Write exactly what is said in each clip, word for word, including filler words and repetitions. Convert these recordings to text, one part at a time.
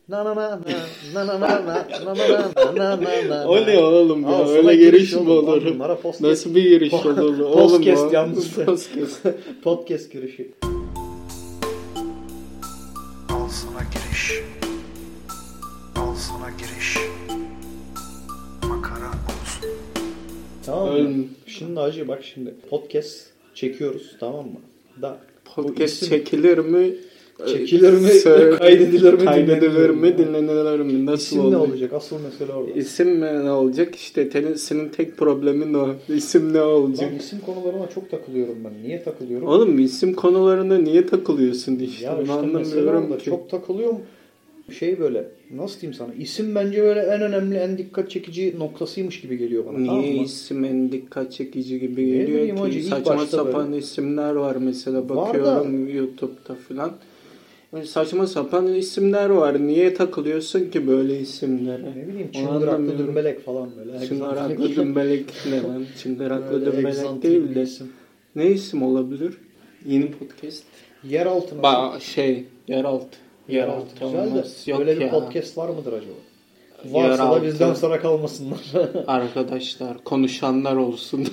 Na na na na na na na na na na na. O ne oğlum ya? Al, öyle giriş mi olur? Podcast, Nasıl bir giriş olur? Oğlum podcast yalnız. Podcast. Podcast girişi. Al sana giriş. Al sana giriş. Makara olsun. Tamam mı? Öyle. Şimdi hacı bak şimdi podcast çekiyoruz, tamam mı? Da Podcast isim- çekilir mi? çekilir mi? Söyle- Kaydedilir mi? Kaydedilir mi? dinlenilir mi? Dinlenilir mi? Nasıl İsim ne olacak? olacak? Asıl mesele orada. İsim mi ne olacak? İşte tenin, senin tek problemin o. İsim ne olacak? Lan isim konularına çok takılıyorum ben. Niye takılıyorum? Oğlum isim konularına niye takılıyorsun işte? Ya Ben işte mesele anlamıyorum orada. ki. Çok takılıyorum. Şey böyle, nasıl diyeyim sana? İsim bence böyle en önemli, en dikkat çekici noktasıymış gibi geliyor bana. Niye tamam mı? isim en dikkat çekici gibi Ne geliyor bileyim ki? hacı, ilk Saçma başta sapan böyle. isimler var mesela, Var bakıyorum YouTube'da falan. Böyle saçma sapan isimler var. Niye takılıyorsun ki böyle isimlere? Ne bileyim, Onu çıngıraklı anlamıyorum. dümbelek falan böyle. Çıngıraklı dümbelek ne lan? Çıngıraklı Böyle dümbelek egzantrik değil bir de. isim. Ne isim olabilir? Yeni podcast. Yer altına. Ba şey, yeraltı. Yeraltı güzel de. olmaz. Yok Böyle bir ya. podcast var mıdır acaba? Varsa Yeraltı. da bizden sonra kalmasınlar. Arkadaşlar, konuşanlar olsun.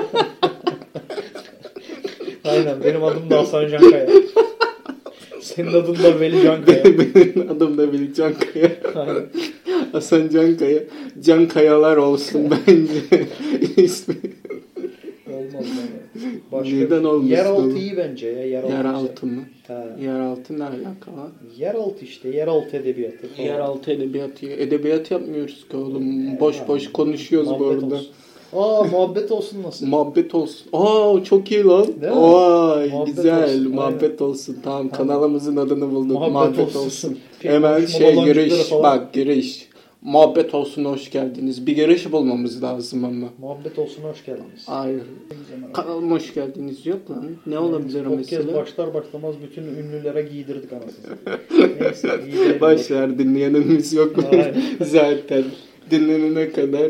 Aynen, benim adım da Hasan Cankaya. Senin adın da Veli Cankaya. Benim adım da Veli Cankaya. Aynen. Hasan Cankaya. Cankayalar olsun bence. İsmi. Olmaz yani. Başka Neden olmasın Yeraltı oğlum? iyi bence ya. Yeraltı, Yeraltı mı? He. Yeraltı ne alakalı? Yeraltı işte. Yeraltı edebiyatı falan. Yeraltı edebiyatı. Edebiyat yapmıyoruz ki oğlum. He, boş yani. boş konuşuyoruz bu Muhabbet arada. olsun. Aa, muhabbet olsun nasıl? Muhabbet olsun. Aa, çok iyi lan. Değil mi? Vay Muhabbet güzel. olsun, Muhabbet olsun. Tamam, kanalımızın adını bulduk. Muhabbet Muhabbet, olsun. olsun. Şey, Hemen konuşma şey baloncukları giriş. falan. Bak giriş. Muhabbet olsun, hoş geldiniz. Bir giriş bulmamız lazım ama. Muhabbet olsun, hoş geldiniz. Hayır. Kanalıma hoş geldiniz yok lan. Ne olabilir Podcast mesela? başlar başlamaz bütün ünlülere giydirdik anasını. Neyse, giydirelim. Başlar, dinleyenimiz yok mu? Aynen. Zaten. Dinlenene kadar.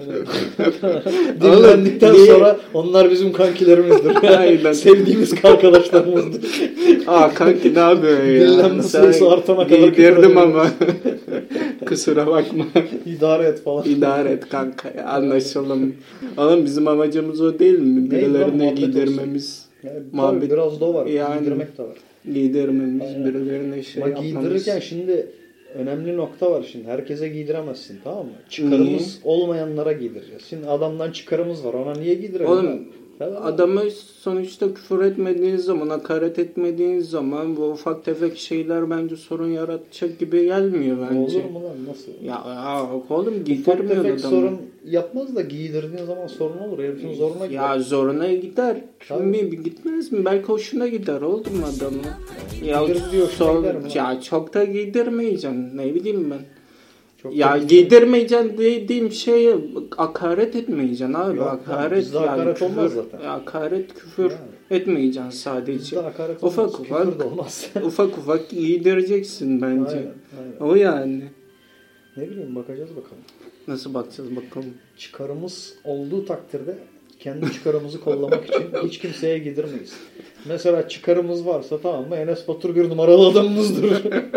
Dinlendikten Oğlum, niye- sonra onlar bizim kankilerimizdir. Aynen. Sevdiğimiz arkadaşlarımızdır. Aa kanki ne yapıyorsun ya? Dinlenme sayısı artana kadar giydirdim küfür ama. Kusura bakma. İdare et falan. İdare et kanka ya, anlaşalım. Oğlum bizim amacımız o değil mi? Ne, lan, Birilerine muhabbet giydirmemiz. Yani, Muhabbet- tabii biraz da o var. Yani- Giydirmek de var. Giydirmemiz, Aynen. birilerine şey Ama yapmamız. giydirirken şimdi önemli nokta var şimdi. Herkese giydiremezsin, tamam mı? Çıkarımız olmayanlara giydireceğiz. Şimdi adamdan çıkarımız var. Ona niye giydirelim? Oğlum, lan? Tabii. adamı sonuçta küfür etmediğin zaman, hakaret etmediğin zaman bu ufak tefek şeyler bence sorun yaratacak gibi gelmiyor bence. Olur mu lan? Nasıl? Ya, ya oğlum Ufak giydirmiyor tefek adamı. sorun yapmaz da giydirdiğin zaman sorun olur. Herifin zoruna gider. Ya zoruna gider. Tabii. Şimdi bir gitmez mi? Belki hoşuna gider oğlum adamı. Ya, Giydir diyor, hoşuna son- gider mi? ya çok da giydirmeyeceksin. Ne bileyim ben. Çok Ya da- giydirmeyeceksin dediğim şeye hakaret etmeyeceksin abi. Yok, hakaret bizde hakaret küfür, olmaz zaten. ya hakaret küfür Yani. etmeyeceksin sadece. Bizde hakaret Ufak olmaz, ufak küfür de olmaz. ufak ufak giydireceksin bence. Aynen, aynen. O yani. Ne bileyim, bakacağız bakalım. Nasıl bakacağız bakalım. Çıkarımız olduğu takdirde kendi çıkarımızı kollamak için hiç kimseye giydirmeyiz. Mesela çıkarımız varsa tamam mı, Enes Batur bir numaralı adamımızdır.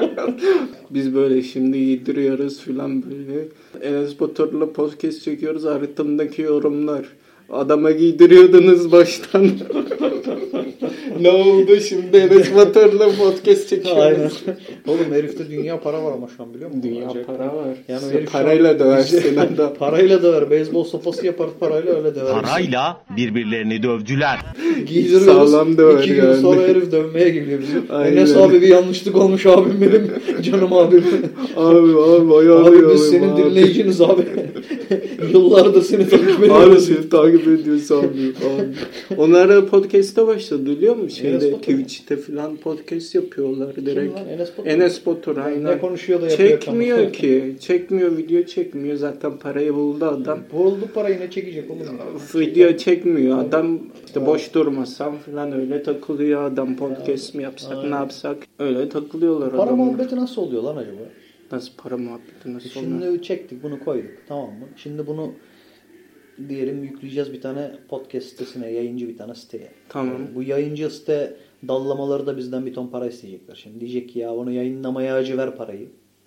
Biz böyle şimdi yediriyoruz filan böyle. Enes Batur'la podcast çekiyoruz. Haritamdaki yorumlar. Adama giydiriyordunuz baştan. Ne oldu şimdi Enes Batur'la podcast çekiyoruz. Aynen. Oğlum herifte dünya para var ama şu an, biliyor musun? Dünya Acayip. para var. Yani İşte herif şu parayla an döversin bizi- adam. Parayla döver. Beyzbol sopası yapar, parayla öyle döver. Parayla birbirlerini dövdüler. Giydiriyoruz. Sağlam döver İki gün yani. sonra herif dövmeye geliyor bizi. Aynen. Enes abi bir yanlışlık olmuş abim benim. Canım abim. Abi abi ayağı Abi ayağı, biz senin abi. dinleyiciniz abi. Yıllardır seni takip Abi ediyoruz. seni takip ediyoruz abi. abi. Onlar da podcast'a başladı biliyor musun? Enes Şeyde Batur mu? Twitch'te falan podcast yapıyorlar direkt. lan? Enes Batur. Enes Batur aynen. Ne konuşuyor da yapıyor. Çekmiyor tamam. ki. Çekmiyor, video çekmiyor. Zaten parayı buldu adam. Buldu parayı, ne çekecek oğlum ya? Video çekmiyor. Adam işte boş durmasam falan öyle takılıyor adam. Podcast mi yapsak, Aynen. ne yapsak? Öyle takılıyorlar Para adamlar. muhabbeti nasıl oluyor lan acaba? Nasıl para muhabbeti nasıl oluyor? Şimdi çektik, bunu koyduk, tamam mı? Şimdi bunu diyelim yükleyeceğiz bir tane podcast sitesine, yayıncı bir tane siteye. Tamam. Bu yayıncı site dallamaları da bizden bir ton para isteyecekler. Şimdi diyecek ki ya onu yayınlamaya acı ver parayı.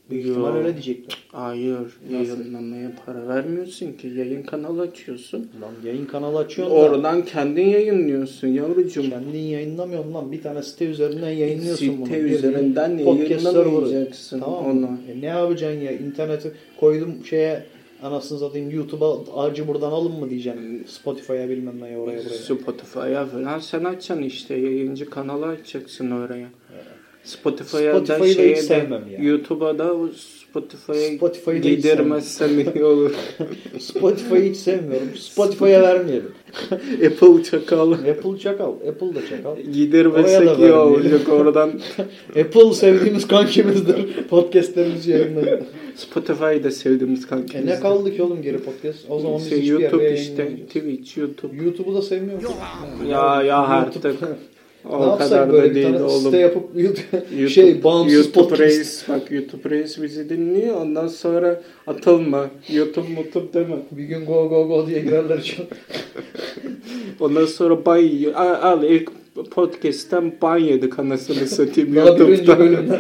Büyük Yo. ihtimal öyle diyecekler. Hayır. Nasıl? Yayınlamaya para vermiyorsun ki. Yayın kanalı açıyorsun. Lan yayın kanalı açıyorsun da Oradan kendin yayınlıyorsun yavrucuğum. kendin yayınlamıyorsun lan. Bir tane site üzerinden yayınlıyorsun bunu. Site Bir üzerinden podcast yayınlamayacaksın server'ı. Tamam onu. mı? E ne yapacaksın ya? İnterneti koydum şeye, anasını satayım, YouTube'a acı buradan alın mı diyeceksin. Spotify'a bilmem ne, oraya buraya. Spotify'a falan sen açacaksın işte. Yayıncı kanalı açacaksın oraya. Spotify'a da Spotify'ı da şeye hiç de sevmem ya. YouTube'a da o Spotify'a Spotify'ı da hiç gidermezsen iyi olur. Spotify'ı hiç sevmiyorum. Spotify'a vermeyelim. Apple çakal. Apple çakal. Apple da çakal. Oraya Gidermezsek da iyi vermeyelim. olacak oradan. Apple sevdiğimiz kankimizdir. Podcastlerimizi yayınlayın. Spotify'ı da sevdiğimiz E kankimiz. ne kaldı ki oğlum geri podcast? O zaman biz Şey, hiçbir yerde YouTube işte. yayınlamayacağız. Twitch, YouTube. YouTube'u da sevmiyorum. Ya ya artık. Ne O yapsak kadar böyle da bir değil tane oğlum. site yapıp YouTube, YouTube, şey bağımsız YouTube podcast. Reis, bak YouTube Reis bizi dinliyor. Ondan sonra atılma. YouTube mutup deme. Bir gün go go go diye girerler için. Ondan sonra ban yiyor. Al, al ilk podcast'ten ban yedik anasını satayım Daha birinci YouTube'dan. bölümden.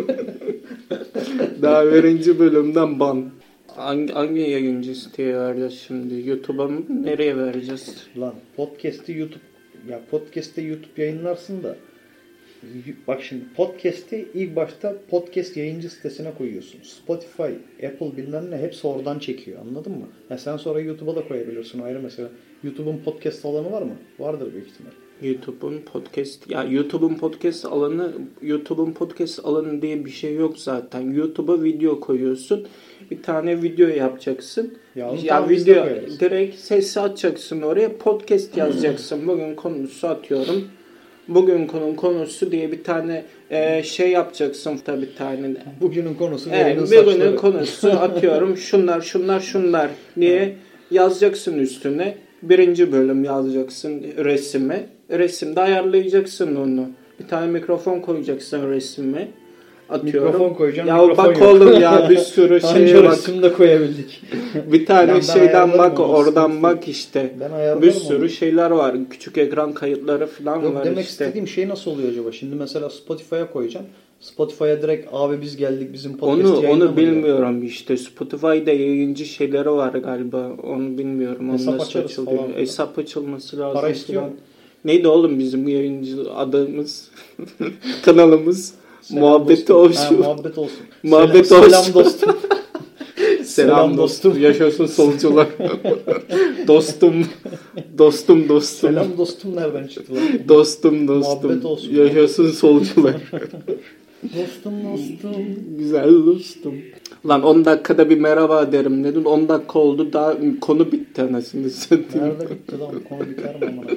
Daha birinci bölümden ban. Hangi, hangi yayıncı siteye vereceğiz şimdi? YouTube'a mı? Nereye vereceğiz? Lan podcast'i YouTube, ya podcast'te YouTube yayınlarsın da y- bak şimdi podcast'i ilk başta podcast yayıncı sitesine koyuyorsun. Spotify, Apple bilmem ne hepsi oradan çekiyor. Anladın mı? Ya sen sonra YouTube'a da koyabilirsin. O ayrı mesela. YouTube'un podcast alanı var mı? Vardır büyük ihtimal. YouTube'un podcast ya YouTube'un podcast alanı YouTube'un podcast alanı diye bir şey yok zaten. YouTube'a video koyuyorsun. Bir tane video yapacaksın. Ya onu Ya tamam, biz de video koyarız. direkt sesi açacaksın oraya. Podcast yazacaksın. Bugün konusu atıyorum. Bugün konunun konusu diye bir tane e, şey yapacaksın tabii bir tane. Bugünün konusu Evet, yayının bugünün saçları. konusu atıyorum şunlar şunlar şunlar diye yazacaksın üstüne. Birinci bölüm yazacaksın resime. Resimde ayarlayacaksın onu. Bir tane mikrofon koyacaksın resime. Atıyorum. Mikrofon koyacağım. Ya mikrofon bak yok. oğlum ya bir sürü şeye Anca bak. resim de koyabildik. Bir tane Ben- ben şeyden ayarlarım bak onu, oradan sıkıntı bak işte. Ben ayarlarım Bir sürü onu. şeyler var. Küçük ekran kayıtları falan Yok, var demek işte. istediğim şey nasıl oluyor acaba? Şimdi mesela Spotify'a koyacağım. Spotify'a direkt abi biz geldik bizim podcast Onu onu yayınlama diyor. bilmiyorum işte. Spotify'da yayıncı şeyleri var galiba. Onu bilmiyorum. Onu Hesap nasıl açarız açılıyor? falan. Hesap açılması lazım. Para istiyor falan. mu? Neydi oğlum bizim yayıncı adımız? Kanalımız. Selam Muhabbeti dostum. olsun. Ha, muhabbet olsun. Muhabbet selam, olsun. Selam dostum. Selam dostum. Yaşasın solcular. dostum. Dostum dostum. Selam dostum nereden çıktı lan? Dostum dostum. Muhabbet olsun. Yaşasın solcular. Dostum dostum. Güzel dostum. Lan on dakikada bir merhaba derim dedim. on dakika oldu daha konu bitti anasını satayım. Nerede bitti lan? Konu biter mi amına?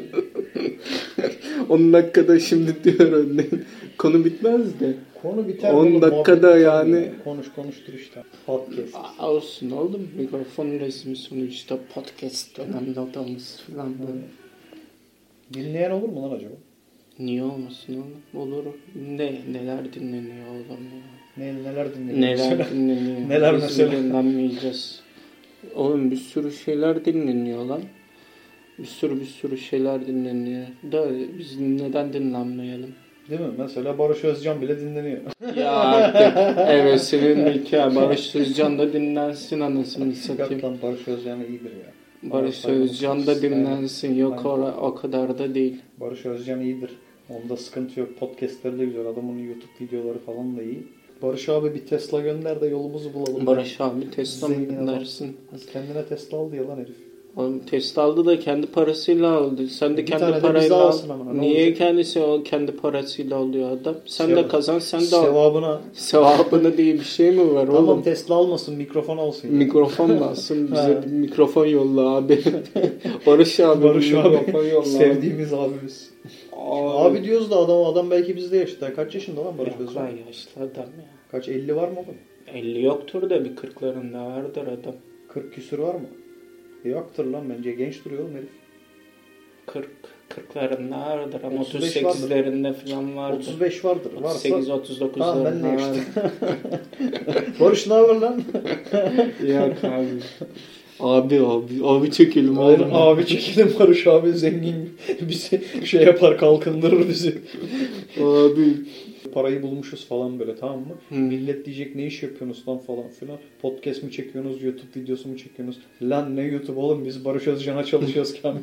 on dakikada şimdi diyorum. Konu bitmez de. Konu biter on oğlum, dakikada muhabbet biter yani- mi? Konuş konuştur işte. Podcast. Aa, olsun oğlum. Mikrofon resmi sonuçta podcast önemli adamız falan böyle. Dinleyen olur mu lan acaba? Niye olmasın oğlum? Olur. Ne neler dinleniyor oğlum ya. Ne, neler dinliyor? Neler dinleniyor. Neler Biz mesela? dinlenmeyeceğiz. Oğlum bir sürü şeyler dinleniyor lan. Bir sürü bir sürü şeyler dinleniyor. Da biz neden dinlenmeyelim? Değil mi? Mesela Barış Özcan bile dinleniyor. Ya artık hevesinin nikahı. Barış Özcan da dinlensin anasını Yok satayım. lan, Barış Özcan iyidir ya. Barış Aynen. Özcan da dinlensin. Yok Aynen. o, o kadar da değil. Barış Özcan iyidir. Onda sıkıntı yok. Podcastları da güzel. Adamın YouTube videoları falan da iyi. Barış abi bir Tesla gönder de yolumuzu bulalım. Barış abi Tesla mı Zengin adam. dinlersin? Kendine Tesla aldı ya lan herif. Oğlum Tesla aldı da kendi parasıyla aldı. Sen de Bir kendi tane de bize parayla al. alsın ama, ne Niye olacak? kendisi o kendi parasıyla alıyor adam? Sen Sev- de kazan sen de al. Sevabına. Sevabını diye bir şey mi var Tamam oğlum? Tesla almasın, mikrofon alsın. Mikrofon lazım. Bize Ha. bir mikrofon yolla abi. Barış abi. Barış bir abi. mikrofon yolla. Sevdiğimiz abimiz. Abi diyoruz da adam adam belki bizde yaşta. Kaç yaşında lan Barış Yok Özcan? lan yaşlı adam ya. Kaç, elli var mı oğlum? elli yoktur da bir kırklarında vardır adam. kırk küsür var mı? Yoktur lan, bence genç duruyor oğlum herif. kırk kırklarında vardır ama otuz otuz beş vardır. sekizlerinde falan vardır. otuz beş vardır. otuz Varsa... sekiz otuz Tamam ben dokuzlarında ne vardır. işte. Barış ne haber lan? Yok abi. Abi abi abi çekelim Aynen, oğlum. abi çekelim, Barış abi zengin bizi şey yapar, kalkındırır bizi. Abi parayı bulmuşuz falan böyle, tamam mı? Hı. Millet diyecek ne iş yapıyorsunuz lan falan filan. Podcast mi çekiyorsunuz, YouTube videosu mu çekiyorsunuz? Lan ne YouTube oğlum, biz Barış Özcan'a çalışıyoruz Kamil.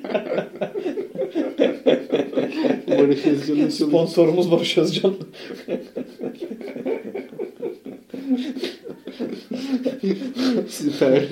Barış Özcan'ın Sponsorumuz Barış Özcan. Süper.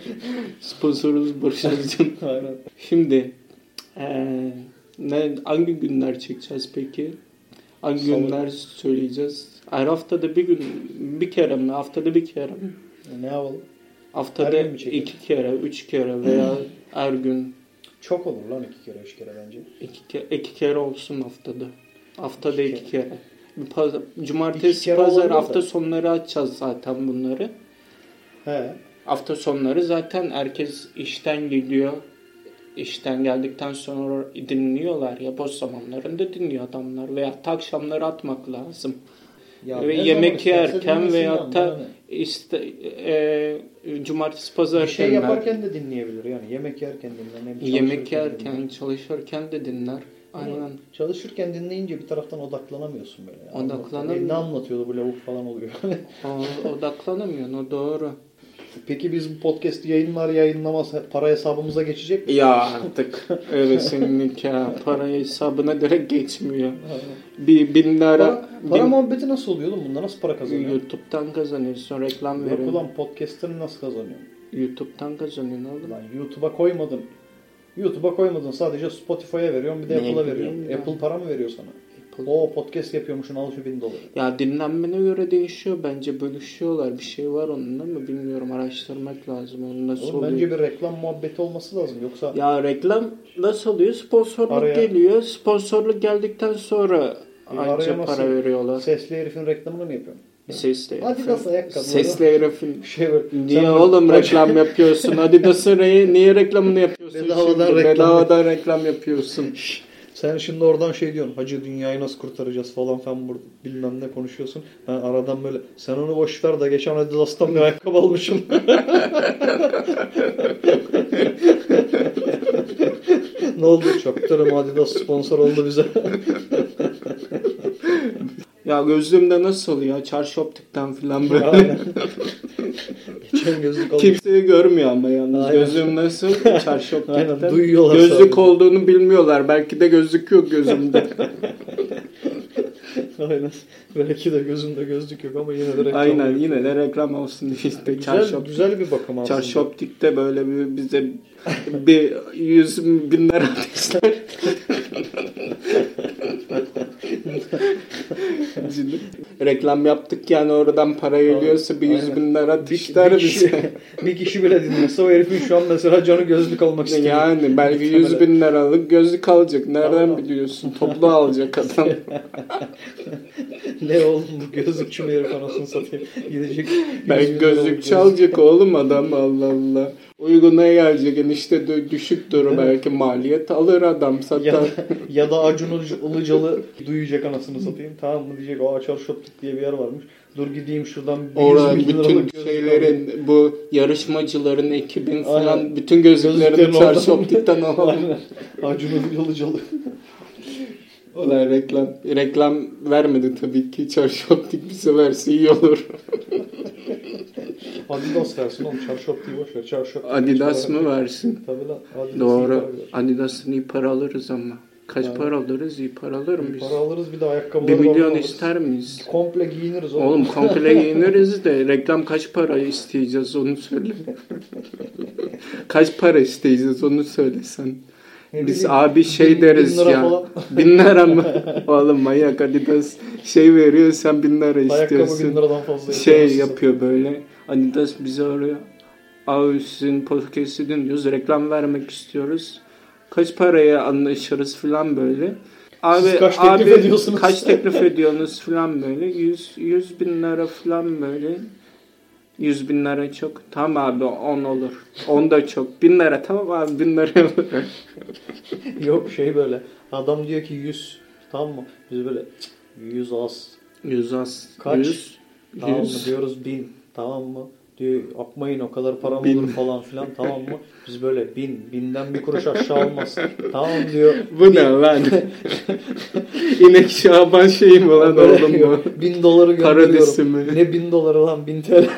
Sponsorumuz Barış Özcan. Aynen. Şimdi eee, ne hangi günler çekeceğiz peki? Hangi Salı. günler söyleyeceğiz? Her haftada bir gün, bir kere mi? Haftada bir kere mi? Ne yapalım? Haftada Her gün mü çekelim? iki kere, üç kere veya her gün Çok olur lan iki kere, üç kere bence. iki kere, iki kere olsun haftada. Haftada İki iki kere. Bir pazar, İki cumartesi, kere pazar, olabilir hafta de. sonları açacağız zaten bunları. He. Hafta sonları zaten herkes işten geliyor. İşten geldikten sonra dinliyorlar ya, boş zamanlarında dinliyor adamlar. Veya akşamları atmak lazım. Ya Ve ne yemek zaman isterse yerken dinlesin veya lan, da bana ne? işte e, cumartesi pazar Bir şey günler. yaparken de dinleyebilir yani. Yemek yerken dinler. Yemek yerken, çalışırken de dinler. Aynen. Aynen. Çalışırken dinleyince bir taraftan odaklanamıyorsun böyle. Yani. Odaklanamıyor. E, ne anlatıyordu bu lavuk falan oluyor. O, odaklanamıyorsun, o doğru. Peki biz bu podcast yayınlar yayınlamaz para hesabımıza geçecek mi? Ya artık evet, senin ya para hesabına direkt geçmiyor. Bir bin lira Para, para bin, muhabbeti nasıl oluyor oğlum? Bunda nasıl para kazanıyor? YouTube'dan kazanıyorsun, reklam Yok veriyorsun. ulan, podcast'ını nasıl kazanıyor? YouTube'dan kazanıyorsun oğlum. Ulan YouTube'a koymadın. YouTube'a koymadın, sadece Spotify'a veriyorsun, bir de Ne Apple'a bileyim veriyorsun. ben. Apple para mı veriyor sana? Apple. O podcast yapıyormuşsun, al şu bin doları. Ya dinlenmene göre değişiyor bence, bölüşüyorlar. Bir şey var onunla mı bilmiyorum, araştırmak lazım onu nasıl Oğlum oluyor. bence bir reklam muhabbeti olması lazım, yoksa Ya reklam nasıl oluyor? Sponsorluk Araya- geliyor. Sponsorluk geldikten sonra E, anca araya nasıl- para veriyorlar. sesli herifin reklamını mı yapıyorsun? Sesli Adidas herifin. ayakkabıları. Sesli herifin. Şey böyle, Niye sen oğlum böyle- reklam yapıyorsun? Adidas'ın re- niye reklamını yapıyorsun? Bedavadan şimdi? reklam. Bedavadan reklam yapıyorsun. Sen şimdi oradan şey diyorsun, hacı dünyayı nasıl kurtaracağız falan falan, burada bilmem ne konuşuyorsun. Ben aradan böyle, sen onu boş ver de geçen Adidas'tan bir ayakkabı almışım. Ne oldu? Çaktırım, Adidas sponsor oldu bize. Ya gözlüğümde nasıl ya? Çarşı optikten falan böyle. Aynen. Geçen gözlük almış. Kimseyi görmüyor ama yalnız. Aynen. Gözlüğüm nasıl? Çarşı optikten. Aynen, duyuyorlar Gözlük sadece. olduğunu bilmiyorlar. Belki de gözlük yok gözümde. Aynen. Belki de gözümde gözlük yok ama yine de reklam. Aynen, yapıyor. yine de reklam olsun diye işte. Güzel, Çarşı optik. güzel bir bakım aslında. Çarşı optikte böyle bir, bize bir yüz binler ateşler. Reklam yaptık yani, oradan para geliyorsa bir yüz Aynen. binler Bir, ateşler bir, kişi, bize. bir kişi bile dinlese o herifin şu an mesela canı gözlük almak istiyor. Yani belki yüz bin liralık gözlük alacak. Nereden Allah. biliyorsun? Toplu alacak adam. Ne oğlum bu gözlükçü mü herif, anasını satayım. Gidecek. Belki gözlükçü alacak oğlum adam, Allah Allah. Uyguna gelecek, enişte dü- düşüktür belki maliyet, alır adam Ya satar. da, ya da Acun Ilıcalı duyacak, anasını satayım. Tamam mı diyecek, o Açar Shoptik diye bir yer varmış. Dur gideyim şuradan bir Orada yüz bin bütün liralık gözlük alayım. şeylerin, bu yarışmacıların, ekibin falan, Aynen. bütün gözlüklerini Gözlüklerini Çarşı oradan- Optik'ten alalım. Aynen. Acun Ilıcalı. Ulan reklam, reklam vermedi tabii ki. Çarşı Optik bize verse iyi olur. Adidas versin oğlum. Çar Shoptik'i boş ver. Çar Shoptik. Adidas mı versin? Tabii lan. Adidas'ın Doğru. iyi para verir. Adidas'ın iyi para alırız ama. Kaç Yani. para alırız? İyi para alır mıyız? Para alırız, bir de ayakkabıları Bir milyon alırız. ister miyiz? Komple giyiniriz oğlum. Oğlum komple giyiniriz de reklam kaç para isteyeceğiz onu söyle. Kaç para isteyeceğiz onu söylesen. Ne Biz bileyim, abi şey bin- deriz bin lira ya. falan. Bin lira mı? Oğlum manyak, Adidas şey veriyor, sen bin lira Ayakkabı bin istiyorsun. liradan fazla. Şey yapıyor. yapıyor böyle. Adidas bizi arıyor. Abi sizin podcast'i dinliyoruz. Reklam vermek istiyoruz. Kaç paraya anlaşırız falan böyle. Abi, Siz kaç teklif abi, ediyorsunuz? Kaç teklif ediyorsunuz falan böyle. Yüz, yüz bin lira falan böyle. Yüz bin lira çok. Tamam abi on olur. On da çok. Bin lira tamam abi, bin lira olur. Yok şey böyle. Adam diyor ki yüz. Tamam mı? Biz böyle cık, yüz az. Yüz az. Kaç? Yüz. Tamam mı? Yüz. Diyoruz bin. Tamam mı? Diyor akmayın o kadar param Bin. olur falan filan, tamam mı? Biz böyle bin, binden bir kuruş aşağı olmaz. Tamam diyor. Bu ne lan? İnek Şaban şey mi lan Böyle oğlum diyor, bu? bin doları Paradisi gönderiyorum. mi? Ne bin doları lan, bin T L.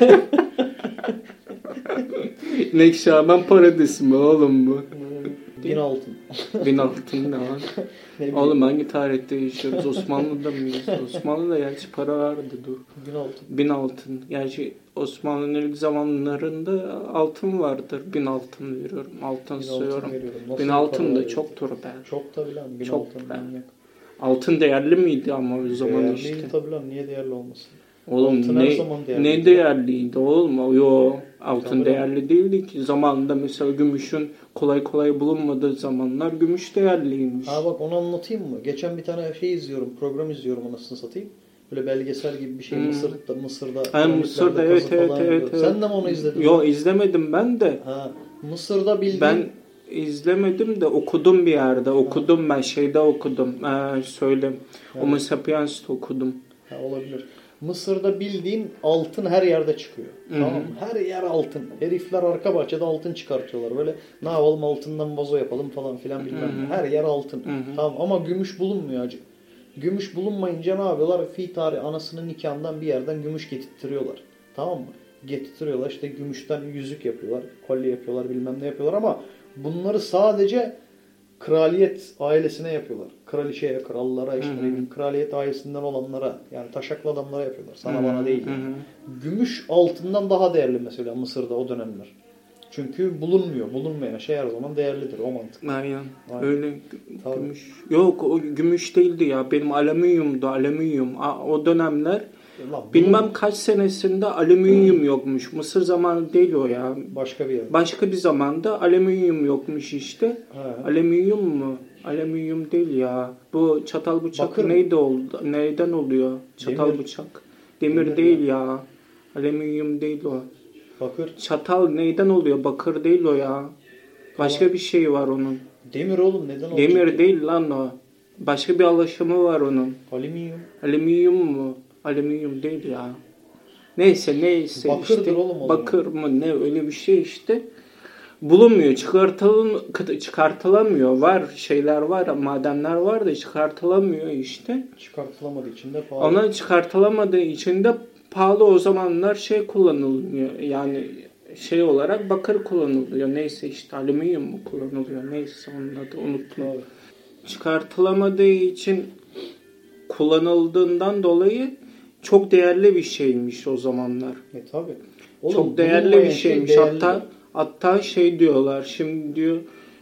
İnek Şaban paradisi mi oğlum bu? Bin altın. Bin altın ne lan? Ne bileyim. Oğlum hangi tarihte yaşıyoruz? Osmanlı'da mıyız? Osmanlı'da gerçi para vardı dur. Bin altın. Bin altın. Gerçi Osmanlı'nın ilk zamanlarında altın vardır. Bin altın veriyorum. Altın Bin sayıyorum. altın veriyorum. Nasıl Bin bir altın para da veriyor? çoktur be. Çok tabii lan. Bin Çok altın be. manyak. Altın değerli miydi ama o zaman Değerliydi işte. tabii lan. Niye değerli olmasın? Oğlum Altın her ne, zaman değerliydi. ne değerliydi oğlum? Yo, altın Tabii değerli değildi ki. Zamanında mesela gümüşün kolay kolay bulunmadığı zamanlar gümüş değerliymiş. Ha bak onu anlatayım mı? Geçen bir tane şey izliyorum. Program izliyorum, anasını satayım. Böyle belgesel gibi bir şey. Hmm. Mısır'da, Mısır'da. Ha, piramitlerde Mısır'da evet kazı evet falan evet, yapıyor. evet. Sen de mi onu izledin? Yo izlemedim ben de. Ha, Mısır'da bildiğin... Ben izlemedim de okudum bir yerde. Okudum ben şeyde okudum. Ee, söyle. Homo sapiens'te okudum. Ha, olabilir. Mısır'da bildiğin altın her yerde çıkıyor. Hı-hı. Tamam mı? Her yer altın. Herifler arka bahçede altın çıkartıyorlar. Böyle ne yapalım, altından vazo yapalım falan filan bilmem ne. Her yer altın. Hı-hı. Tamam ama gümüş bulunmuyor acı. Gümüş bulunmayınca ne yapıyorlar? Fi tarih anasının nikahından bir yerden gümüş getirtiyorlar. Tamam mı? Getirtiyorlar işte, gümüşten yüzük yapıyorlar. Kolye yapıyorlar, bilmem ne yapıyorlar ama bunları sadece kraliyet ailesine yapıyorlar. Kraliçeye, krallara, işte ne bileyim, kraliyet ailesinden olanlara, yani taşaklı adamlara yapıyorlar. Sana Hı-hı. bana değil. Yani. Gümüş altından daha değerli mesela Mısır'da o dönemler. Çünkü bulunmuyor. Bulunmayan şey her zaman değerlidir. O mantık. Aynen. Aynen. Öyle Tabii. gümüş. Yok o gümüş değildi ya. Benim alüminyumdu. Alüminyum. O dönemler Lan, bilmem kaç senesinde alüminyum yokmuş. Mısır zamanı değil o ya. başka bir yer. Başka bir zamanda alüminyum yokmuş işte. Ha. Alüminyum mu? Alüminyum değil ya. Bu çatal bıçak Bakır mı? neydi oldu? Neyden oluyor? Çatal Demir. bıçak. Demir, Demir değil ya. Alüminyum değil o. Bakır. Çatal neyden oluyor? Bakır değil o ya. Başka Tamam. bir şey var onun. Demir oğlum, neden olacak? Demir değil lan o. Başka bir alaşımı var onun. Alüminyum. Alüminyum mu? Alüminyum değil ya. Neyse neyse Bakırdır işte. oğlum o Bakır mı ne öyle bir şey işte. Bulunmuyor. Çıkartılın, çıkartılamıyor. Var şeyler var. Madenler var da çıkartılamıyor işte. Çıkartılamadığı için de pahalı. Ona çıkartılamadığı için de pahalı, o zamanlar şey kullanılmıyor. Yani şey olarak bakır kullanılıyor. Neyse işte alüminyum mu kullanılıyor. Neyse onun adı unuttum. Tabii. Çıkartılamadığı için kullanıldığından dolayı çok değerli bir şeymiş o zamanlar. E tabi. Oğlum, Çok değerli bulunmayan bir şey şeymiş. değerli. Hatta hatta şey diyorlar. Şimdi diyor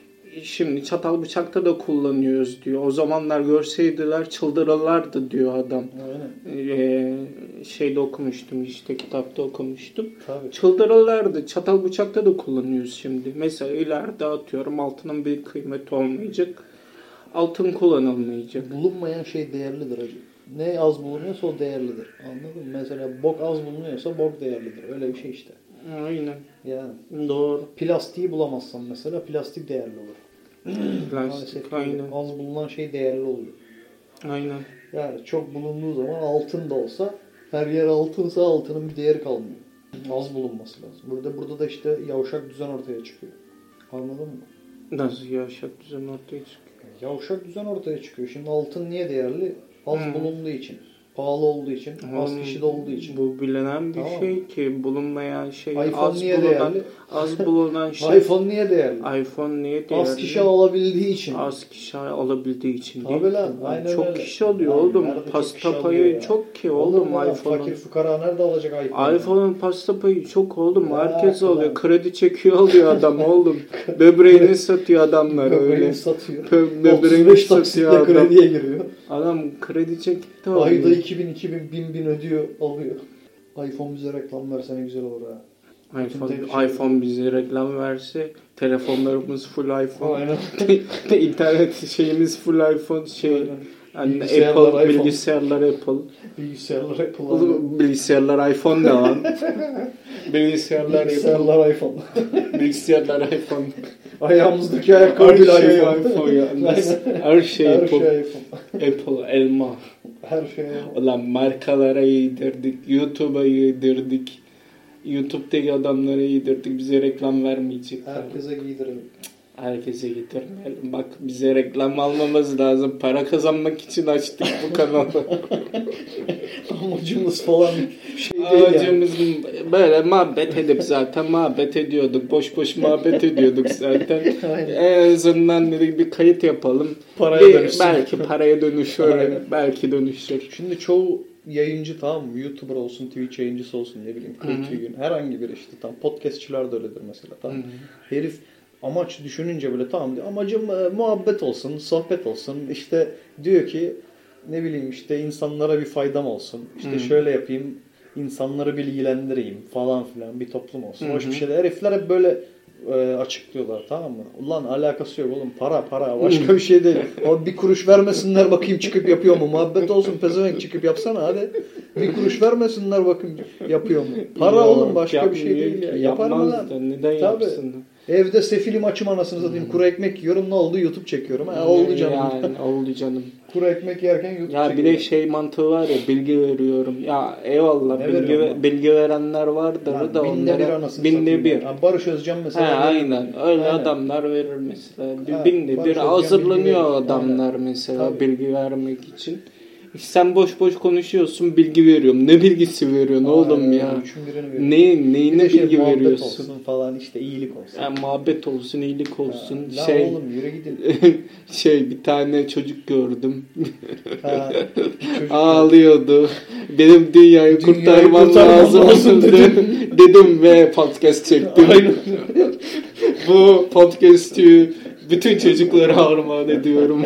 şimdi çatal bıçakta da kullanıyoruz diyor. O zamanlar görseydiler çıldırırlardı diyor adam. Aynen. Ee, şeyde okumuştum işte, kitapta okumuştum. Tabii. Çıldırırlardı. Çatal bıçakta da kullanıyoruz şimdi. Mesela ileride atıyorum altının bir kıymeti olmayacak. Altın kullanılmayacak. Bulunmayan şey değerlidir hacı. Ne az bulunuyorsa o değerlidir. Anladın mı? Mesela bok az bulunuyorsa bok değerlidir. Öyle bir şey işte. Aynen. Yani. Doğru. Plastiği bulamazsan mesela plastik değerli olur. Plastik. Maalesef Aynen. az bulunan şey değerli oluyor. Aynen. Yani çok bulunduğu zaman altın da olsa, her yer altınsa altının bir değeri kalmıyor. Az bulunması lazım. Burada burada da işte yavşak düzen ortaya çıkıyor. Anladın mı? Nasıl yavşak düzen ortaya çıkıyor? Yavşak düzen ortaya çıkıyor. Şimdi altın niye değerli? Az Hmm. bulunduğu için. Pahalı olduğu için. Az Oğlum, kişide olduğu için. Bu bilinen bir Tamam. şey ki bulunmayan şey. iPhone az niye bulunan, değerli? az bulunan şey. iPhone niye değerli? iPhone niye değerli? Az kişi alabildiği için. Az kişi alabildiği için Tabii değil. lan, aynen çok öyle. kişi alıyor Lan oğlum. nerede çok Pasta kişi alıyor payı ya? çok ki Olur oğlum mu lan? iPhone'un. Fakir fukara nerede alacak iPhone? iPhone'un pasta payı çok oğlum. Ya, Herkes lan. alıyor. Kredi çekiyor alıyor adam oğlum. Böbreğini satıyor adamlar öyle. Böbreğini satıyor. Bö- Böbreğini otuz beş satıyor taksitle adam. krediye giriyor. Adam kredi çekti alıyor. Ayda iki bin, iki bin, bin bin ödüyor, alıyor. iPhone bize reklam versene güzel olur ha. iPhone, Bütün şey- iPhone bize reklam verse telefonlarımız full iPhone. Aynen. İnternet şeyimiz full iPhone şey. Aynen. Yani Bilgisayarlar Apple, iPhone. bilgisayarlar Apple. Bilgisayarlar Apple. Aynen. Oğlum, bilgisayarlar iPhone ne lan? Bilgisayarlar Apple. Bilgisayarlar iPhone. Bilgisayarlar iPhone. Ayağımızdaki ayakkabı Her bile şey iPhone. iPhone ya. Aynen. Her şey Her Apple. şey iPhone. Apple, elma. Her şey iPhone. Ulan markalara yedirdik, YouTube'a yedirdik. YouTube'daki adamlara yedirdik. Bize reklam vermeyecekler. Herkese giydirelim. Herkese getirmeyelim. Bak bize reklam almamız lazım. Para kazanmak için açtık bu kanalı. Amacımız falan şey değil Amacımız yani. Böyle muhabbet edip zaten muhabbet ediyorduk. Boş boş muhabbet ediyorduk zaten. En azından dedik bir kayıt yapalım. Paraya bir, dönüşsün. belki paraya dönüşür. Aynen. Belki dönüşür. Şimdi çoğu yayıncı, tamam mı? YouTuber olsun, Twitch yayıncısı olsun, ne bileyim, Kayıt herhangi bir işte, tam podcastçiler de öyledir mesela, tamam. Hı-hı. Herif amaç düşününce böyle tamam diyor. Amacım e, muhabbet olsun, sohbet olsun. İşte diyor ki ne bileyim işte insanlara bir faydam olsun. İşte Hı-hı. şöyle yapayım, insanları bilgilendireyim falan filan, bir toplum olsun. Hı-hı. Hoş bir şeyler. Herifler hep böyle e, açıklıyorlar, tamam mı? Ulan alakası yok oğlum, para para başka Hı-hı. bir şey değil. O bir kuruş vermesinler bakayım çıkıp yapıyor mu? Muhabbet olsun, pezevenk çıkıp yapsana hadi. Bir kuruş vermesinler bakayım yapıyor mu? Para Yok, oğlum başka yapmıyor, bir şey değil ya. Yapar mı lan? Neden Tabii. Yapsın? Evde sefilim açım anasını satayım. Hmm. Kuru ekmek yiyorum, ne oldu? YouTube çekiyorum. Ha, oldu canım. Yani oldu canım. Kuru ekmek yerken YouTube ya çekiyorum. Bir de şey mantığı var ya, bilgi veriyorum. Ya eyvallah, ne bilgi ve, bilgi verenler vardır yani da binde onlara. Bir anasını binde bir. Yani Barış Özcan mesela. Ha, aynen. Öyle aynen. Adamlar verir mesela. Ha, binde bir hazırlanıyor adamlar aynen. Mesela Tabii. bilgi vermek için. Sen boş boş konuşuyorsun, bilgi veriyorum. Ne bilgisi veriyorsun Aa, oğlum ya? Ne neyine şey, bilgi veriyorsun? Olsun falan işte, iyilik olsun. Yani muhabbet olsun, iyilik olsun. Ha, şey oğlum yürü gidin. şey bir tane çocuk gördüm. Ha, çocuk ağlıyordu. Benim dünyayı, dünyayı kurtarmam lazım, lazım dedim. dedim ve podcast çektim. Bu podcast'ı bütün çocuklara armağan ediyorum.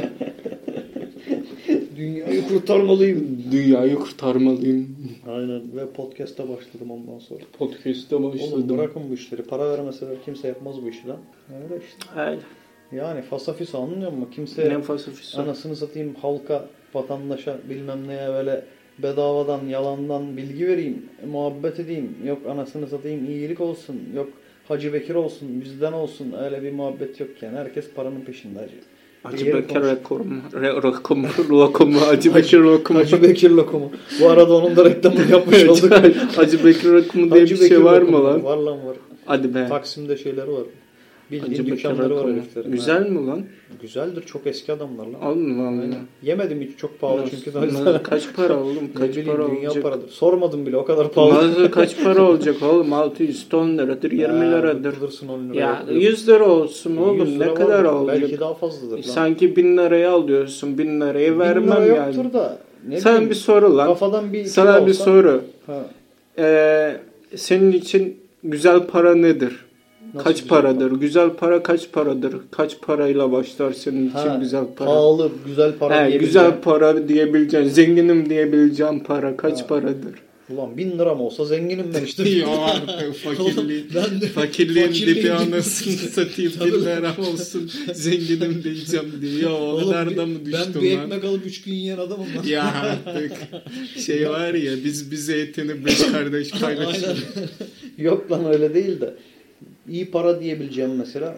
Dünyayı kurtarmalıyım. Dünyayı kurtarmalıyım. Aynen. Ve podcast'a başladım ondan sonra. Podcast'a başladım. Oğlum bırakın bu işleri. Para vermeseler kimse yapmaz bu işi lan. Öyle işte. Öyle. Yani fasafis anlıyor musun? Kimse ne fasafis? Anasını satayım halka, vatandaşa bilmem neye böyle bedavadan, yalandan bilgi vereyim, muhabbet edeyim. Yok anasını satayım iyilik olsun. Yok Hacı Bekir olsun, bizden olsun. Öyle bir muhabbet yok yani. Herkes paranın peşinde hacı. Hacı Bekir lokumu, lokumu, lokumu, Hacı Bekir lokumu. Hacı Bekir lokumu. Bu arada onun da reklamını yapmış olduk. Hacı Bekir lokumu diye bir şey var mı lan? Var lan var. Hadi be. Taksim'de şeyleri var. Bildiğin dükkanları var heriflerin. Güzel mi lan? Güzeldir. Çok eski adamlar lan. Allah Allah. Yemedim hiç. Çok pahalı nasıl, çünkü. Nasıl, kaç para oğlum? Kaç bileyim, para dünya olacak? Paradır. Sormadım bile. O kadar pahalı. Nasıl kaç para olacak oğlum? altı yüz on liradır, yirmi liradır. on lira. Ya yüz lira olsun oğlum. Ne kadar olacak? Belki daha fazladır lan. Sanki bin liraya alıyorsun. bin liraya vermem bin lira yani. Yoktur da. Ne Sen bileyim, bir soru lan. Kafadan bir Sana olsa, bir soru. Ha. Ee, senin için güzel para nedir? Nasıl kaç paradır? Para? Güzel para kaç paradır? Kaç parayla başlar senin için ha, güzel para? Pahalı, güzel para He, güzel para diyebileceğin, zenginim diyebileceğin para kaç ha. paradır? Ulan bin liram olsa zenginim ben işte. Ya fakirliğin, fakirliğin dibi anasını satayım bin liram olsun zenginim diyeceğim diye. Ya o kadar da mı düştün lan? Ben bir ekmek alıp üç gün yiyen adamım lan. Ya artık şey var ya biz bir zeytini beş kardeş paylaşıyoruz. Yok lan öyle değil de. İyi para diyebileceğim mesela,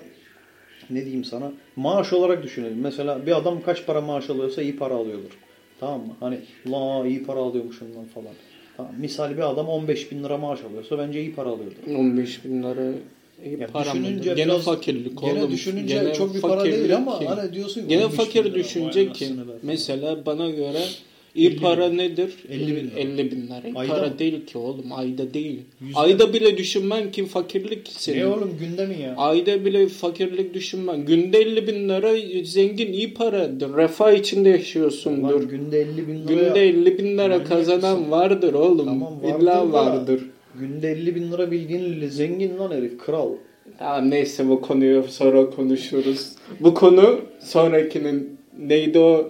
ne diyeyim sana, maaş olarak düşünelim. Mesela bir adam kaç para maaş alıyorsa iyi para alıyordur. Tamam mı? Hani la iyi para alıyormuşum lan falan. Tamam. Misal bir adam on beş bin lira maaş alıyorsa bence iyi para alıyordur. on beş bin lira iyi ya para mıdır? Gene biraz, fakirlik gene oğlum. Düşününce gene çok bir para değil ama ki. Hani diyorsun ki gene fakir düşünce ki mesela bana göre İyi para bin. Nedir? elli bin lira. elli bin lira. İyi para mı? Değil ki oğlum. Ayda değil. yüzde ayda bile düşünmen ki fakirlik senin. Ne oğlum günde mi ya? Ayda bile fakirlik düşünmen. Günde elli bin lira zengin iyi paradır. Refah içinde yaşıyorsundur. Ulan günde elli bin lira. Günde elli bin lira manyak kazanan mısın? Vardır oğlum. Tamam, vardır İlla vardır. Günde elli bin lira bildiğin zengin lan herif. Kral. Ya neyse bu konuyu sonra konuşuruz. Bu konu sonrakinin neydi o?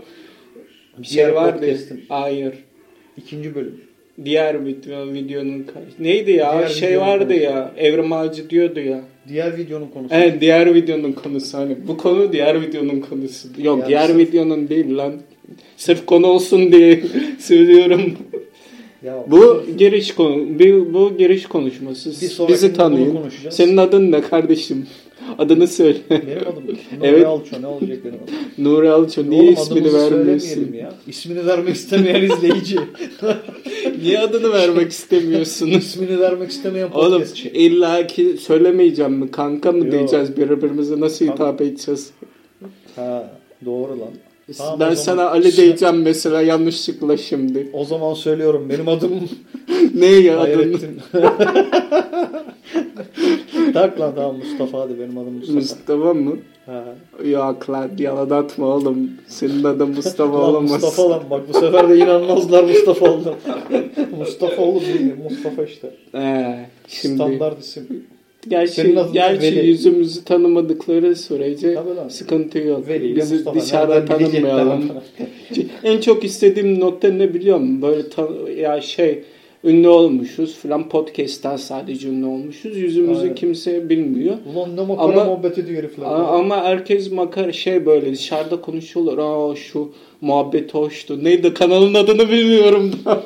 Bir şey vardı. Hayır. İkinci bölüm. Diğer video, videonun neydi ya? Diğer şey vardı konusu. Ya. Evrim Ağacı diyordu ya. Diğer videonun konusu. Evet, diğer videonun konusu hani. Bu konu diğer videonun konusu. Yok, yani diğer sırf... videonun değil lan. Sırf konu olsun diye söylüyorum. Ya, bu bir... giriş konu, bir, bu giriş konuşması. Bizi tanıyın. Senin adın ne kardeşim? Adını söyle. Benim adım Nuri evet. Alço. Ne olacak benim adım? Nuri Alço. Niye oğlum, ismini vermiyorsun? Ya. İsmini vermek istemeyen izleyici. Niye adını vermek istemiyorsunuz? İsmini vermek istemeyen Oğlum podcastçi. illa ki söylemeyeceğim mi? Kanka mı Yo. diyeceğiz? Birbirimize nasıl Kanka. hitap edeceğiz? Ha, doğru lan. Tamam, ben o sana zaman- Ali diyeceğim mesela yanlışlıkla şimdi. O zaman söylüyorum. Benim adım Ne ya adın? Hayrettin. Tak lan tamam Mustafa hadi benim adım Mustafa. Mustafa mı? Ha. Yok lan yalan atma oğlum. Senin adın Mustafa Lan olamaz. Mustafa lan bak bu sefer de inanmazlar Mustafa oldu. Mustafa oğlum değil Mustafa işte. Ee, şimdi Standart isim. Senin gerçi, adın gerçi Veli. yüzümüzü tanımadıkları sürece Tabii lan. sıkıntı yok. Veli ile Bizi Mustafa. dışarıda Nereden bilecekler tanınmayalım. ama? En çok istediğim nokta ne biliyor musun? Böyle tan- ya şey ünlü olmuşuz falan podcast'ten sadece ünlü olmuşuz. Yüzümüzü Aynen. kimse bilmiyor. Ulan ne makara Ama- muhabbet ediyor herifler. A- Ama herkes makara şey böyle dışarıda konuşuyorlar. Aa şu muhabbet hoştu. Neydi kanalın adını bilmiyorum da.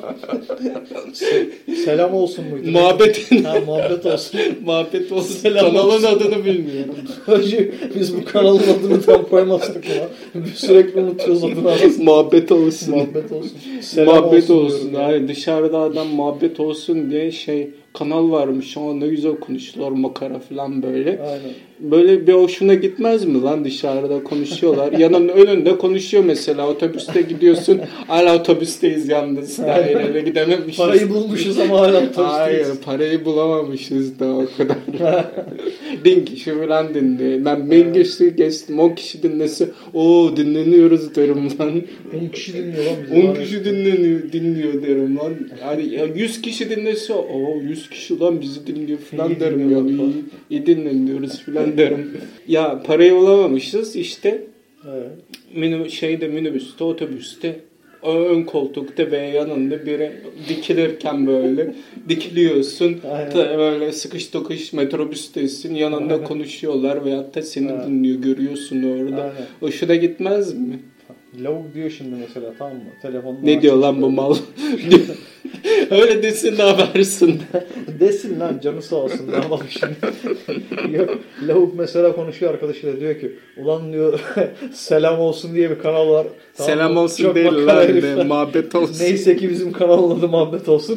Selam olsun muydu? Muhabbetin Ha muhabbet olsun. muhabbet olsun. Selam Kanalın olsun. adını bilmiyorum. Hacı biz bu kanalın adını tam koymazdık mı? Biz sürekli unutuyoruz adını arasında. Muhabbet olsun. Muhabbet olsun. Selam muhabbet olsun. diyorum ya. Hayır, dışarıda adam muhabbet olsun diye şey kanal varmış ama ne güzel konuştular makara falan böyle. Aynen. Böyle bir hoşuna gitmez mi lan dışarıda konuşuyorlar. Yanın önünde konuşuyor mesela otobüste gidiyorsun. Hala otobüsteyiz yalnız. Daha ileri gidememişiz. Parayı bulmuşuz ama hala Hayır otobüsteyiz. parayı bulamamışız da o kadar. Bin kişi falan dinliyor. Ben bin kişi geçtim on kişi dinlese o dinleniyoruz derim lan. on kişi dinliyor lan bizi. on kişi dinleniyor, dinliyor derim lan. Yani ya yüz kişi dinlese o yüz kişi lan bizi dinliyor falan İyi derim ya. dinliyorlar İyi, falan. iyi dinleniyoruz falan derim. Ya parayı bulamamışız işte Evet. minibüs, şeyde minibüste otobüste ön koltukta ve yanında biri dikilirken böyle dikiliyorsun. Aynen. Da böyle sıkış tıkış metrobüstesin yanında Aynen. konuşuyorlar veyahut da seni Evet. dinliyor görüyorsun orada. Aynen. Hoşuna gitmez mi? Lavuk diyor şimdi mesela tamam mı? Telefonla Ne diyor lan bu mal? Öyle desin de habersin. Desin lan canı sağ olsun. Ne bak şimdi. Yok, lavuk mesela konuşuyor arkadaşıyla diyor ki ulan diyor selam olsun diye bir kanal var. Tamam Selam mı? olsun Çok değil makara lan herifler. de, muhabbet olsun. Neyse ki bizim kanalın adı muhabbet olsun.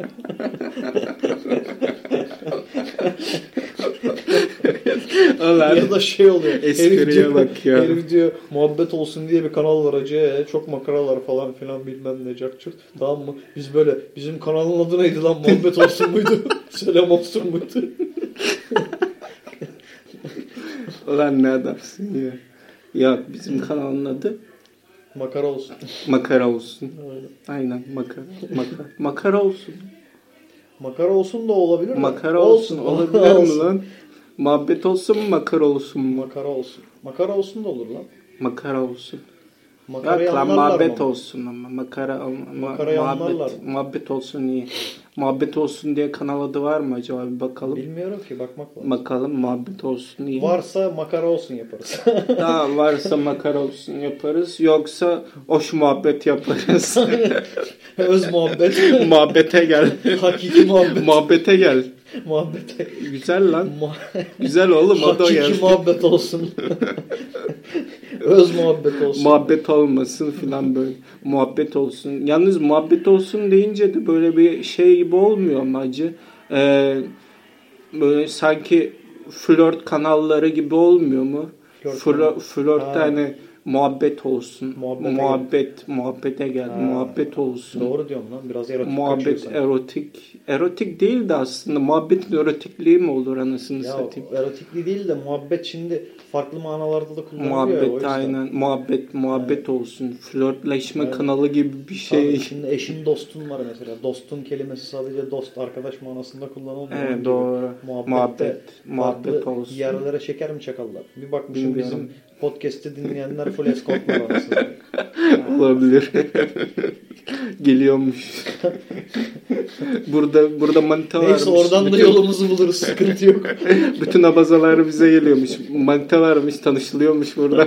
Ulan. Ya da şey oluyor. Espriye herif diyor, bak ya. Herif diyor muhabbet olsun diye bir kanal var acı. Ee, çok makaralar falan filan bilmem ne cakçurt. Tamam mı? Biz böyle bizim kanalın adı neydi lan muhabbet olsun muydu? Selam olsun muydu? Ulan ne adamsın ya. Ya bizim kanalın adı Makara olsun. makara olsun. Öyle. Aynen makara. Makara, makara olsun. Makara olsun da olabilir mi? Makara olsun. Olabilir mi lan? Muhabbet olsun mu makara olsun mu? Makara olsun. Makara olsun da olur lan. Makara olsun. Makarayı Yok lan anlarlar muhabbet mı? olsun ama makara ma- Makarayı anlarlar muhabbet, mı? muhabbet olsun iyi. Muhabbet olsun diye kanal adı var mı acaba bir bakalım. Bilmiyorum ki bakmak lazım. Bakalım muhabbet olsun iyi. Varsa makara olsun yaparız. Tamam varsa makara olsun yaparız. Yoksa hoş muhabbet yaparız. Öz muhabbet. Muhabbete gel. Hakiki muhabbet. Muhabbete gel. Muhabbete. Güzel lan. Mu- Güzel oğlum o da Hakiki gel. muhabbet olsun. Öz muhabbet olsun. Muhabbet olmasın filan böyle. Muhabbet olsun. Yalnız muhabbet olsun deyince de böyle bir şey gibi olmuyor mu acı? Ee, böyle sanki flört kanalları gibi olmuyor mu? Flört Flört, kanalı. flörtte Ha. hani muhabbet olsun. Muhabbete muhabbet, muhabbete gel. Ha. Muhabbet olsun. Doğru diyorum lan. Biraz erotik Muhabbet kaçıyor sanki. erotik. Erotik değil de aslında muhabbetin erotikliği mi olur anasını Ya satayım? erotikli değil de muhabbet şimdi farklı manalarda da kullanılıyor ya, o Muhabbet yüzden. aynen. Muhabbet muhabbet olsun. Flörtleşme Aynen. kanalı gibi bir şey. Tabii, şimdi eşin dostun var mesela. Dostun kelimesi sadece dost, arkadaş manasında kullanılmıyor. Evet, Onun gibi doğru. Muhabbette Muhabbet, muhabbet farklı olsun. yerlere şeker mi çakallar? Bir bakmışım Bilmiyorum. bizim podcast'i dinleyenler full escortlar arasında. Olabilir. Geliyormuş. burada burada manita varmış. Neyse oradan da Bütün- yolumuzu buluruz. Sıkıntı yok. Bütün abazalar bize geliyormuş. Manita varmış, tanışılıyormuş burada.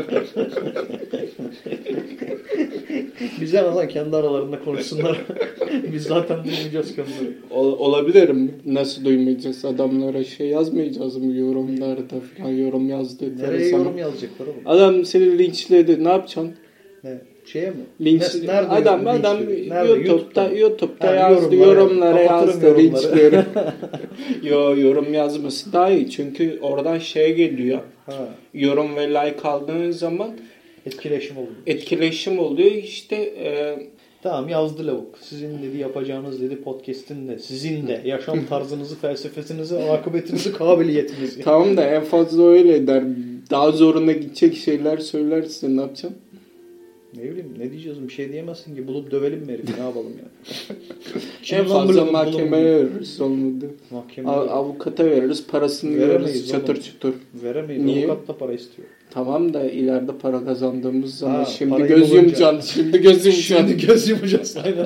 Güzel lan kendi aralarında konuşsunlar. Biz zaten duymayacağız kendileri. Ol- olabilir mi? Nasıl duymayacağız? Adamlara şey yazmayacağız mı yorumlarda falan yorum yazdı. Nereye yorum yazacaklar oğlum? Adam seni linçledi. Ne yapacaksın? Ne? Şeye mi? Linç, Ne- nerede adam linç adam diyor? Nerede? YouTube'da YouTube'da Ha, yazdı, yorumlara, yorumlara kapatırım yazdı, yorumları. linçleri. Yo, yorum yazması daha iyi çünkü oradan şey geliyor. Ha, Yorum ve like aldığınız zaman etkileşim oluyor. etkileşim oluyor. İşte e, Tamam, yazdı lavuk. Sizin dedi yapacağınız dedi podcast'in de sizin de yaşam tarzınızı, felsefesinizi, akıbetinizi, kabiliyetinizi. tamam da en fazla öyle der. Daha zoruna gidecek şeyler söylersin, ne yapacaksın? Ne bileyim, ne diyeceğiz, bir şey diyemezsin ki, bulup dövelim mi herifi, ne yapalım ya. En fazla mahkemeye veririz olmadı. Mahkeme Av- avukata veririz, parasını Veremeyiz veririz çatır oğlum. çutur. veremeyiz. Niye? Avukat da para istiyor. Tamam da ileride para kazandığımız zaman Ha, şimdi parayı göz bulunca. yumacaksın. Şimdi göz yumacaksın. Şimdi göz yumacağız aynen.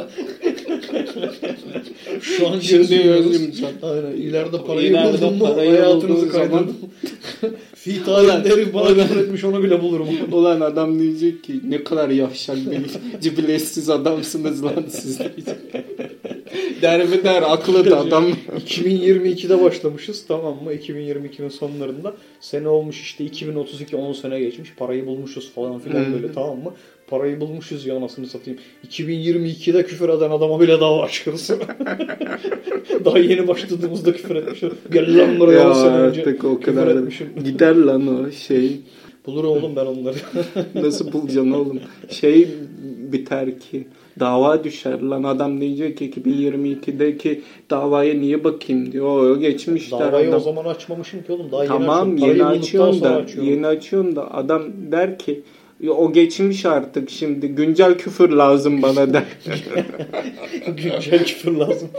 Şu an göz Şimdi göz yumuyoruz. yumacaksın. Aynen. İleride parayı İleride buldum mu parayı hayatınızı bulduğun zaman- kaydırdım. Fi tarihinde herif bana küfür etmiş, onu bile bulurum. Ulan adam diyecek ki ne kadar yavşak bir cibiletsiz adamsınız lan siz diyecek. Der mi der, aklı da adam. iki bin yirmi ikide başlamışız, tamam mı? iki bin yirmi ikinin sonlarında. Sene olmuş işte iki bin otuz iki, on sene geçmiş. Parayı bulmuşuz falan filan Hmm. böyle, tamam mı? Parayı bulmuşuz ya, anasını satayım. iki bin yirmi ikide küfür eden adama bile dava açıyoruz. Daha yeni başladığımızda küfür etmişim. Gel lan buraya, Ya on sene önce artık o küfür kadar etmişim. gider lan o şey. Bulurum oğlum ben onları. Nasıl bulacaksın oğlum? Şey biter ki dava düşer lan, adam diyecek ki iki bin yirmi ikideki davaya niye bakayım diyor. O geçmişler Davayı adam. o zaman açmamışım ki oğlum. Daha Tamam, yeni, yeni açıyorum. Parayı açıyorsun bulduktan sonra da açıyorum. yeni açıyorsun da adam der ki "Ya o geçmiş artık, şimdi güncel küfür lazım bana" der. Güncel küfür lazım.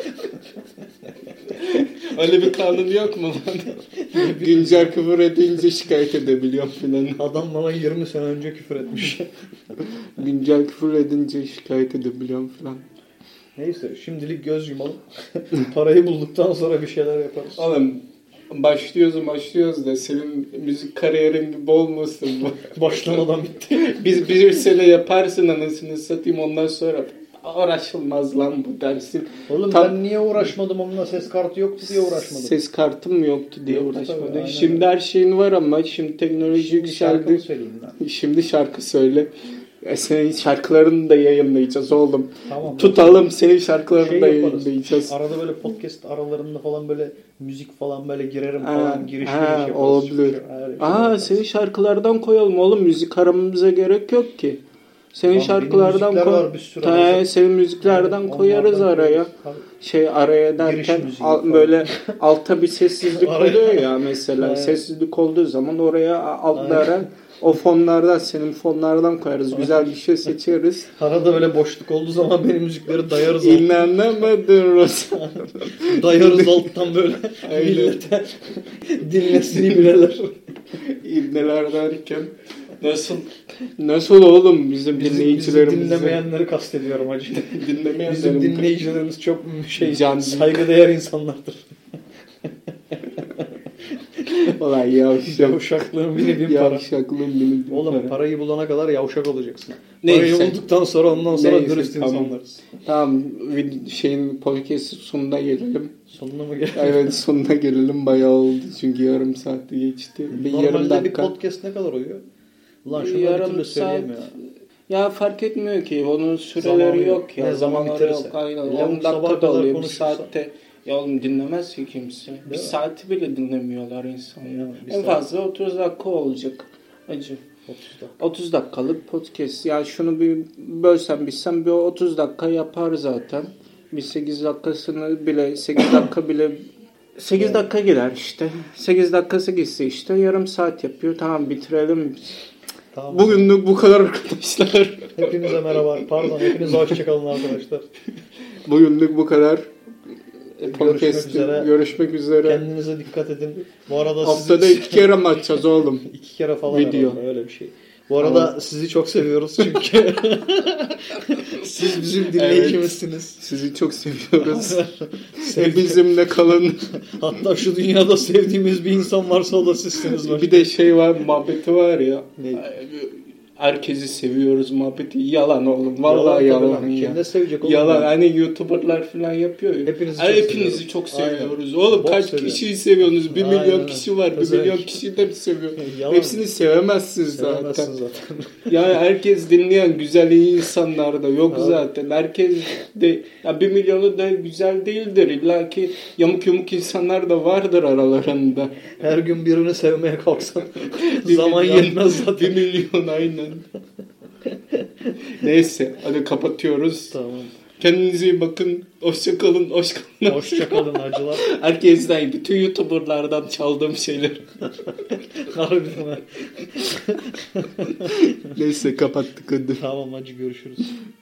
Öyle bir kanun yok mu lan? Güncel küfür edince şikayet edebiliyorum filan. Adam bana yirmi sene önce küfür etmiş. Güncel küfür edince şikayet edebiliyorum filan. Neyse, şimdilik göz yumalım. Parayı bulduktan sonra bir şeyler yaparız. Oğlum başlıyoruz başlıyoruz da senin müzik kariyerin gibi olmasın bu. Başlamadan bitti. Biz bir sene yaparsın anasını satayım, ondan sonra uğraşılmaz lan bu dersin. Oğlum Tam- ben niye uğraşmadım onunla, ses kartı yoktu diye uğraşmadım. Ses kartım yoktu diye Yoktu uğraşmadım. tabii, aynen Şimdi öyle. her şeyin var ama şimdi teknoloji Şimdi şarkımı yükseldi. söyleyeyim ben. Şimdi şarkı söyle. E, senin şarkılarını da yayınlayacağız oğlum. Tamam. Tutalım, senin şarkılarını Şey da yaparız. yayınlayacağız. Arada böyle podcast aralarında falan böyle müzik falan böyle girerim Ha, falan, giriş ha, giriş yaparız. olabilir. Ha, öyle bir şey Aa, yaparız. senin şarkılardan koyalım oğlum. Müzik aramamıza gerek yok ki. Senin Lan şarkılardan benim müzikler koy. var bir sürü. Ta, senin müziklerden Evet, koyarız onlardan araya. koyarız. Tabii. Şey araya derken Giriş müziği al- falan. böyle altta bir sessizlik Araya- oluyor ya mesela. Aynen. Sessizlik olduğu zaman oraya altlara o fonlardan, senin fonlardan koyarız. Güzel bir şey seçeriz. Arada böyle boşluk olduğu zaman benim müzikleri dayarız alttan. İnanamadım Rosa. Dayarız alttan böyle Aynen. millete dinlesini bileler. İbneler derken nasıl nasıl oğlum bizim Bizi, bizi dinleyicilerimizi dinlemeyenleri kastediyorum hacı. dinlemeyenlerin Bizim dinleyicilerimiz çok şey Can- saygıdeğer insanlardır. Ulan yavşak. Yavşaklığın bini bin para. Yavşaklığın bini bin Oğlum para. parayı bulana kadar yavşak olacaksın. Neyse. Parayı bulduktan sonra ondan sonra Neyse, dürüst tamam. insanlarız. Tamam, vid- şeyin podcast'ın sonuna gelelim. Sonuna mı gel? Evet, sonuna gelelim, bayağı oldu çünkü yarım saati geçti. Bir yarım Normalde bir dakika. podcast ne kadar oluyor? Ulan şunu bir Yarım türlü söyleyeyim saat. ya. Ya fark etmiyor ki, onun süreleri Zamanı yok ya. ne zaman Zamanları bitirirse. yok. Aynen. Lavuk on sabaha dakika da kadar oluyor. Bir konuşursa. saatte. Ya oğlum dinlemez ki kimse. Bir mi? saati bile dinlemiyorlar insanlar. Ya, bir en saat. fazla otuz dakika olacak. Acı. otuzda. otuz dakikalık podcast. Ya şunu bir bölsem bilsem bir otuz dakika yapar zaten. Bir sekiz dakikasını bile, sekiz dakika bile sekiz dakika gider işte. sekiz dakikası gitse işte yarım saat yapıyor. Tamam, bitirelim. Tamam. Bugünlük bu kadar arkadaşlar. Hepinize merhaba. Pardon, hepinize hoşçakalın arkadaşlar. Bugünlük bu kadar. Görüşmek Podcast'in üzere. Görüşmek üzere. Kendinize dikkat edin. Bu arada Haftada sizi iki kere mi açacağız oğlum? iki kere falan Video. herhalde, öyle bir şey. Bu arada Tamam. sizi çok seviyoruz çünkü siz bizim dinleyicimizsiniz. Sizi çok seviyoruz. Sevdi- Bizimle kalın. Hatta şu dünyada sevdiğimiz bir insan varsa o da sizsiniz. Bir de şey var, muhabbeti var ya. Ne? herkesi seviyoruz muhabbeti yalan oğlum. Vallahi yalan, yalan ya. Kim ne sevecek oğlum? Yalan. Ben? Hani YouTuber'lar falan yapıyor ya. Hepinizi yani çok hepinizi seviyorum. çok seviyoruz. Aynen. Oğlum Bok kaç seviyorum. kişiyi seviyorsunuz? Bir Aynen. milyon kişi var. Bir Özellikle. milyon kişiyi de mi seviyor? Yalan. Hepsini sevemezsiniz zaten. Sevemezsin zaten. Yani herkes dinleyen güzel iyi insanlar da yok Abi. zaten. Herkes de ya bir milyonu da güzel değildir. İlla ki yamuk yumuk insanlar da vardır aralarında. Her gün birini sevmeye kalksan Bir zaman milyon- yetmez zaten. Bir milyon aynen. Neyse hadi kapatıyoruz. Tamam. Kendinize iyi bakın. Hoşça kalın. Hoş kalın. Hoşçakalın acılar. Herkesten, bütün YouTuber'lardan çaldığım şeyler. Harbiden. Neyse kapattık hadi. Tamam hacı görüşürüz.